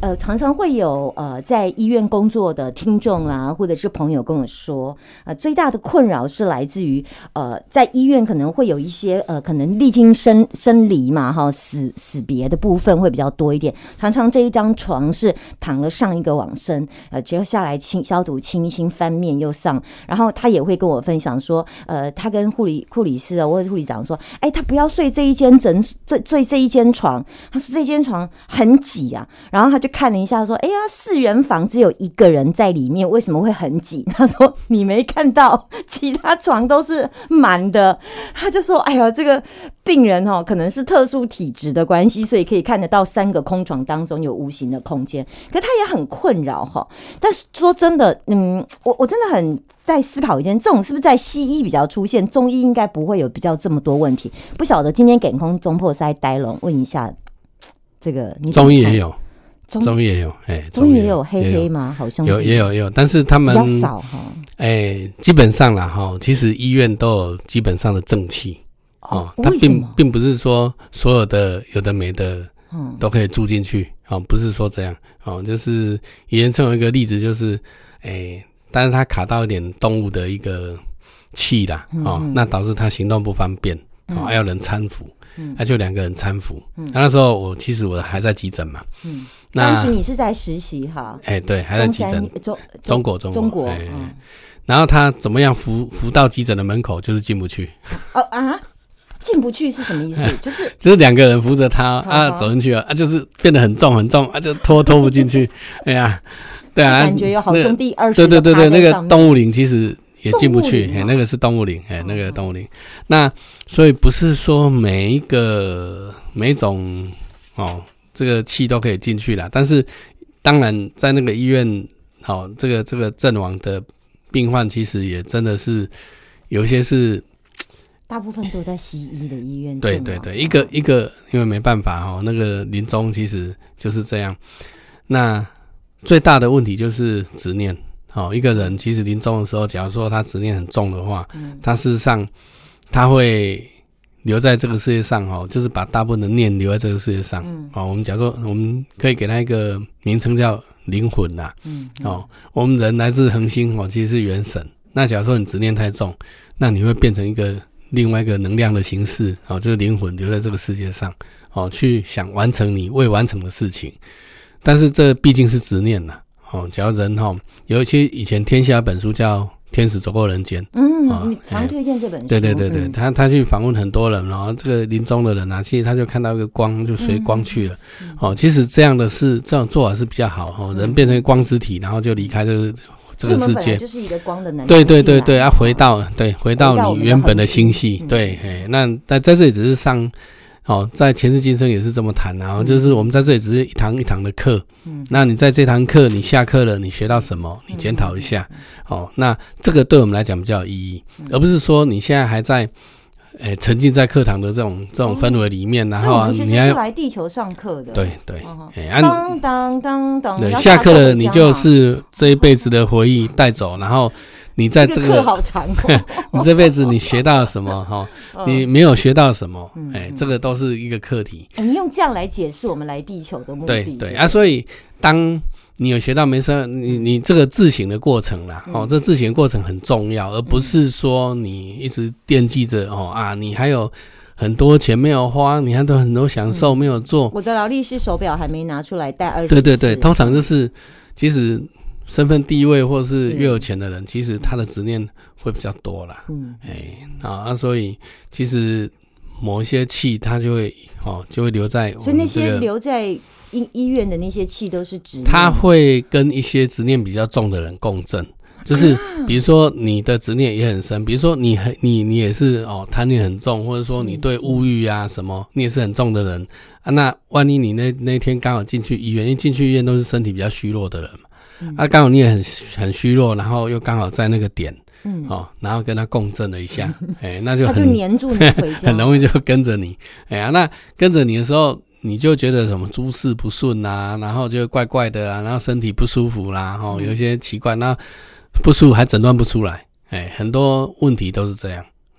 常常会有在医院工作的听众啊，或者是朋友跟我说，最大的困扰是来自于在医院可能会有一些可能历经生离嘛，哈，死别的部分会比较多一点。常常这一张床是躺了上一个往生，只要下来消毒清一清，翻面又上。然后他也会跟我分享说，他跟护理师啊，或者护理长说，他不要睡这一间睡这一间床，他说这间床很挤啊。然后他就看了一下说，4人房只有1个人在里面，为什么会很挤？他说你没看到其他床都是满的。他就说这个病人可能是特殊体质的关系，所以可以看得到3个空床当中有无形的空间，可他也很困扰。但是说真的，我真的很在思考一件，这种是不是在西医比较出现，中医应该不会有比较这么多问题。不晓得今天给空中破塞呆龙问一下，这个你中医也有。中医也有， 中医也有黑黑吗？好像也有，但是他们比较少哈。 基本上啦哈，其实医院都有基本上的正气它并不是说所有的有的没的都可以住进去不是说这样就是以前曾有一个例子，就是但是他卡到一点动物的一个气啦那导致他行动不方便要人搀扶。就2个人搀扶。那时候其实我还在急诊嘛。 当时你是在实习哈？ 对，还在急诊。中国。然后他怎么样扶到急诊的门口，就是进不去。 进不去是什么意思？就是 2个人扶着他走进去了就是变得很重就拖不进去。对啊， 感觉有好兄弟20个对，那个动物灵其实也进不去，那个是动物灵，那个动物灵。那所以不是说每一种这个气都可以进去啦，但是当然在那个医院这个阵亡的病患，其实也真的是有一些是大部分都在西医的医院。 对，一个因为没办法那个临终其实就是这样。那最大的问题就是执念。一个人其实临终的时候，假如说他执念很重的话，他事实上他会留在这个世界上就是把大部分的念留在这个世界上。我们假如说我们可以给他一个名称叫灵魂啦。我们人来自恒星其实是元神。那假如说你执念太重，那你会变成另外一个能量的形式就是灵魂留在这个世界上去想完成你未完成的事情。但是这毕竟是执念啦。假如人有一些以前天下有本书叫《天使走过人间》。 你常推荐这本书。 对，他去访问很多人，然后这个临终的人其实他就看到一个光，就随光去了。其实这种做法是比较好人变成光之体，然后就离开这个世界，就是一个光的能量。对，回到你原本的星系。对，那在这里只是上。在前世今生也是这么谈就是我们在这里只是一堂一堂的课。那你在这堂课你下课了，你学到什么，你检讨一下。那这个对我们来讲比较有意义，而不是说你现在还在沉浸在课堂的这种氛围里面，然后你还是来地球上课的。 对， 当对，下课了你就是这一辈子的回忆带走，然后你在这个课好长你这辈子你学到了什么你没有学到什么这个都是一个课题。 你用这样来解释我们来地球的目的。 对所以当你有学到没事，你这个自省的过程啦这自省的过程很重要，而不是说你一直惦记着你还有很多钱没有花，你还有很多享受没有做。 我的劳力士手表还没拿出来戴20 次。对，通常就是其实身份地位或是越有钱的人，其实他的执念会比较多啦。所以其实某一些气他就会留在我们所以那些留在医院的那些气都是执念， 他会跟一些执念比较重的人共振。就是比如说你的执念也很深，比如说你也是贪念很重，或者说你对物欲啊什么你也是很重的人那万一你那天刚好进去医院，因为进去医院都是身体比较虚弱的人嘛刚好你也很虚弱，然后又刚好在那个点然后跟他共振了一下那就他就黏住你回家很容易就跟着你那跟着你的时候，你就觉得什么诸事不顺啊，然后就怪怪的然后身体不舒服啦有一些奇怪，那不舒服还诊断不出来很多问题都是这样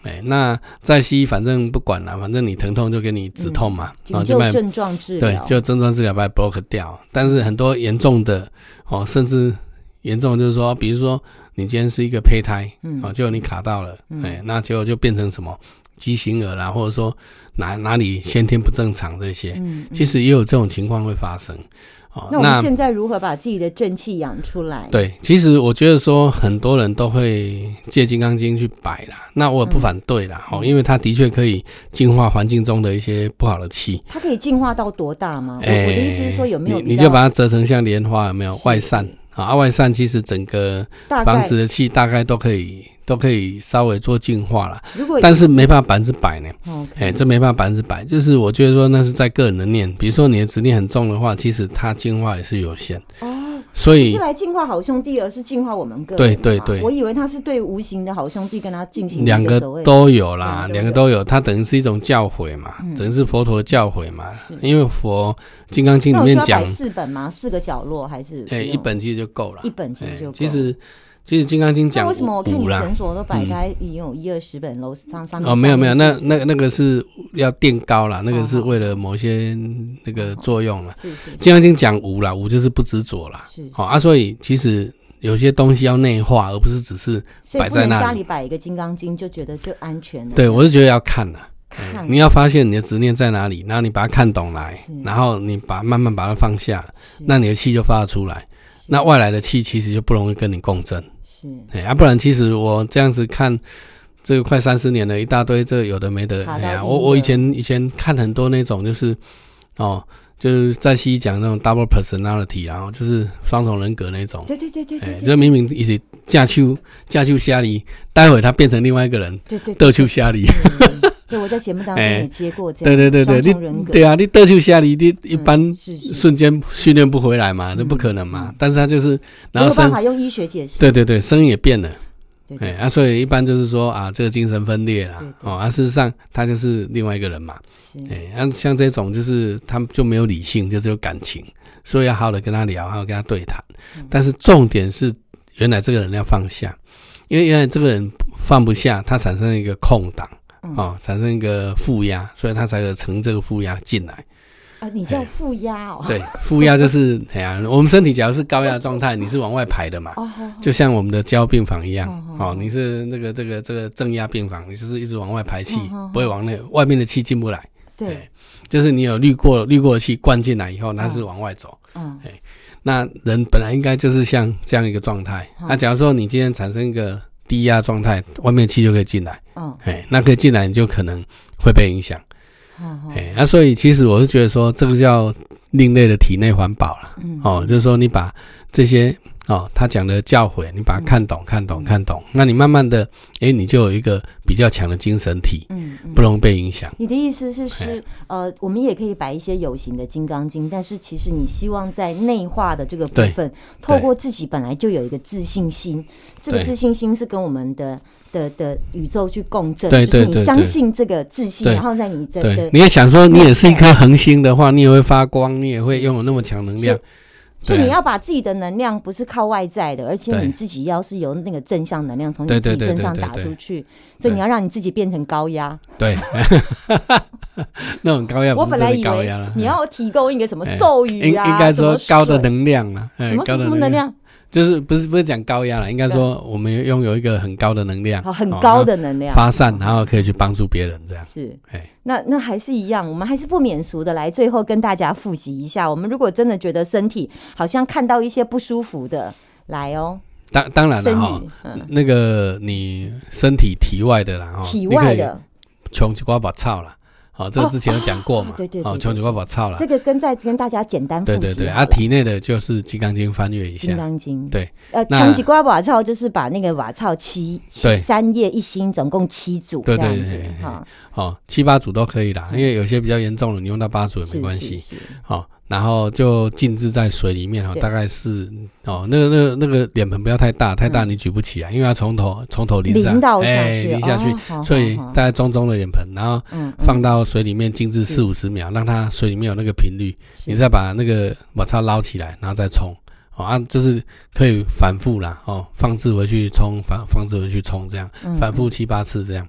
那在西医反正不管了，反正你疼痛就给你止痛嘛，然后就症状治疗， 对，就症状治疗把它 block 掉。但是很多严重的甚至严重就是说，比如说你今天是一个胚胎，结果你卡到了，那结果就变成什么畸形儿啦，或者说哪里先天不正常这些，其实也有这种情况会发生。 那我们现在如何把自己的正气养出来？ 对，其实我觉得说很多人都会借金刚经去摆啦，那我也不反对啦，因为它的确可以净化环境中的一些不好的气。 它可以净化到多大吗？我的意思是说有没有你就把它折成像莲花，有没有外散外散其实整个房子的气大概都可以稍微做净化啦，但是没办法100%呢。这没办法100%，就是我觉得说那是在个人的念，比如说你的执念很重的话，其实它净化也是有限。所以不是来净化好兄弟，而是净化我们个人。对，我以为他是对无形的好兄弟跟他进行两个都有啦，两个都有，它等于是一种教诲嘛，等于是佛陀的教诲嘛。因为佛金刚经里面讲 4本吗？4个角落还是 1本其实就够了，1 本其实就够。 其实金刚经讲， 为什么我看你诊所都摆开有1-20本楼上面？ 没有，那个是要垫高啦，那个是为了某些那个作用啦。金刚经讲无啦，无就是不执着啦。所以其实有些东西要内化，而不是只是摆在那里。所以不能家里摆一个金刚经就觉得就安全了。 对，我是觉得要看啦。你要发现你的执念在哪里，然后你把它看懂来，然后你慢慢把它放下，那你的气就发得出来。那外来的气其实就不容易跟你共振，不然其实我这样子看这个快30年了，一大堆这有的没的，我以前看很多那种就是就是在西医讲那种 double personality 啊，就是双重人格那种，对，就明明一起架手虾里，待会他变成另外一个人，斗手虾里。 对，我在节目当中也接过这样对， 双重人格。 对啊，你斗手虾里，你一般瞬间训练不回来嘛，这不可能嘛。但是他就是然后没有办法用医学解释。 对，声音也变了。所以一般就是说这个精神分裂啦，事实上他就是另外一个人嘛。像这种就是他们就没有理性，就只有感情，所以要好好的跟他聊，好好跟他对谈。但是重点是原来这个人要放下，因为原来这个人放不下，他产生一个空档，产生一个负压，所以他才有乘这个负压进来。 你叫负压哦？ 对，负压就是我们身体假如是高压状态，你是往外排的嘛，就像我们的交病房一样，你是这个正压病房，你就是一直往外排气，不会往外面的气进不来。对，就是你有滤过的气灌进来以后，它是往外走。那人本来应该就是像这样一个状态。假如说你今天产生一个低压状态，外面的气就可以进来。那可以进来，你就可能会被影响。所以其实我是觉得说，这个叫另类的体内环保啦。就是说你把这些他讲的教诲，你把它看懂，那你慢慢的你就有一个比较强的精神体，不容易被影响。 你的意思是我们也可以摆一些有形的金刚经，但是其实你希望在内化的这个部分，透过自己本来就有一个自信心，这个自信心是跟我们的宇宙去共振，就是你相信这个自信，然后在你的你也想说你也是一颗恒星的话，你也会发光，你也会拥有那么强能量。 所以你要把自己的能量不是靠外在的，而且你自己要是有那个正向能量从你自己身上打出去，所以你要让你自己变成高压。对， 那种高压不是真的高压啦。 我本来以为你要提供一个什么咒语啊， 应该说高的能量啦， 什么能量？ 就是不是讲高压啦，应该说我们拥有一个很高的能量， 很高的能量发散，然后可以去帮助别人，这样是。那还是一样，我们还是不免俗的来最后跟大家复习一下。我们如果真的觉得身体好像看到一些不舒服的，来当然了那个你身体体外的啦， 体外的穷几瓜把操啦。这个之前有讲过嘛？ 对， 穷举瓜把操了。 这个跟大家简单复习。 对，体内的就是金刚经翻阅一下。 金刚经对， 穷举瓜把操就是把那个瓦操3叶1心，总共7组这样子。 7、8组都可以啦，因为有些比较严重的，你用到8组也没关系。然后就静置在水里面大概是那个脸盆不要太大你举不起来，因为要从头淋下去，所以大概中的脸盆，然后放到水里面静置40-50秒，让它水里面有那个频率，你再把那个瓦槽捞起来，然后再冲。就是可以反复啦，放置回去冲，放置回去冲，这样反复7-8次这样。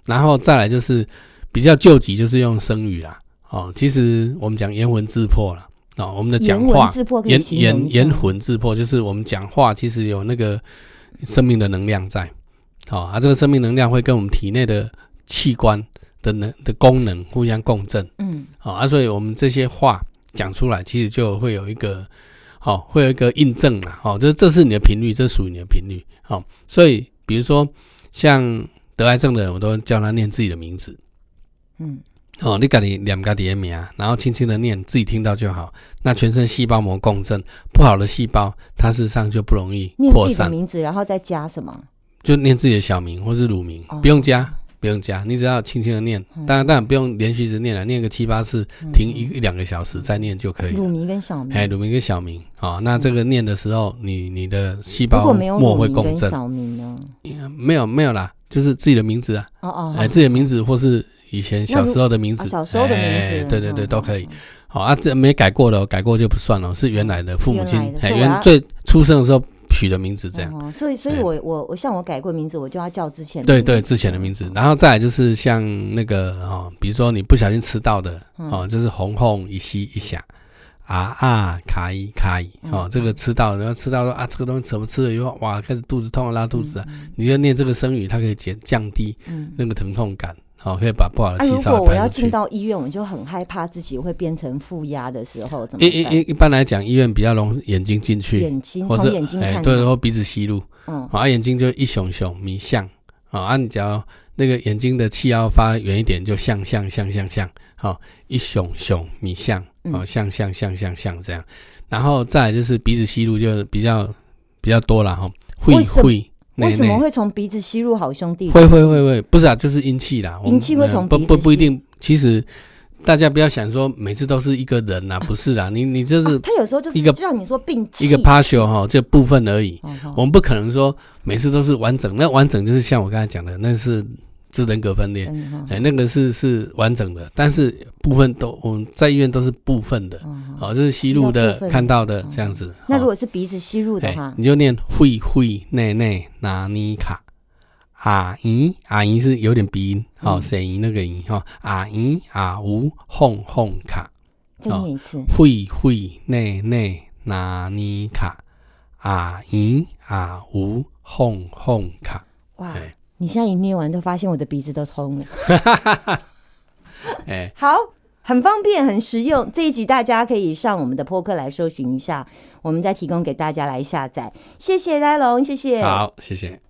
然后再来就是比较救急，就是用声语啦。其实我们讲言魂自破啦。我们的讲话言魂自破，就是我们讲话其实有那个生命的能量在。这个生命能量会跟我们体内的器官的功能互相共振。所以我们这些话讲出来，其实就会有一个印证啦。就是这是你的频率，这属于你的频率。所以比如说像得癌症的人，我都叫他念自己的名字。你自己念自己的名，然后轻轻的念，自己听到就好。那全身细胞膜共振，不好的细胞它事实上就不容易扩散。念自己的名字，然后再加什么？ 就念自己的小名或是乳名，不用加，你只要轻轻的念。当然不用连续一直念了，念个7-8次，停1-2个小时再念就可以了。 乳名跟小名， 乳名跟小名。那这个念的时候，你的细胞膜会共振。 如果没有乳名跟小名呢？ 没有啦，就是自己的名字啊。自己的名字或是以前小时候的名字， 小时候的名字， 对，都可以。这没改过的，改过就不算了，是原来的父母亲最出生的时候取的名字这样。 所以我像我改过名字，我就要叫之前的名字。对，之前的名字。然后再来就是像那个比如说你不小心吃到的就是红红一西一下卡伊，这个吃到，然后吃到说这个东西怎么吃了以后，哇，开始肚子痛拉肚子你就念这个声语，它可以降低那个疼痛感。可以把不好的气稍微排出去。 如果我要进到医院，我就很害怕自己会变成负压的时候怎么办？ 一般来讲，医院比较容易眼睛进去， 从眼睛看， 对，或鼻子吸入，眼睛就一熊熊迷向，你只要那个眼睛的气要发远一点，就向，一熊熊迷向，向这样，然后再来就是鼻子吸入就比较多啦，会。 为什么会从鼻子吸入好兄弟？ 会，不是就是阴气啦。 阴气会从鼻子不一定。其实大家不要想说每次都是一个人啦，不是啦。你就是他有时候就是就像你说病气一个 partial 这部分而已。我们不可能说每次都是完整。那完整就是像我刚才讲的，那是人格分裂。那个是完整的，但是部分我们在医院都是部分的。就是吸入的看到的这样子。 那如果是鼻子吸入的话， 你就念会内拿尼卡。阿姨是有点鼻音，声音那个音阿姨哄卡。 再念一次。 会内拿尼卡。阿姨哄卡。 哇！你现在一念完，都发现我的鼻子都通了。好。很方便，很实用。这一集大家可以上我们的播客来搜寻一下，我们再提供给大家来下载。谢谢呆龙，谢谢。 好，谢谢。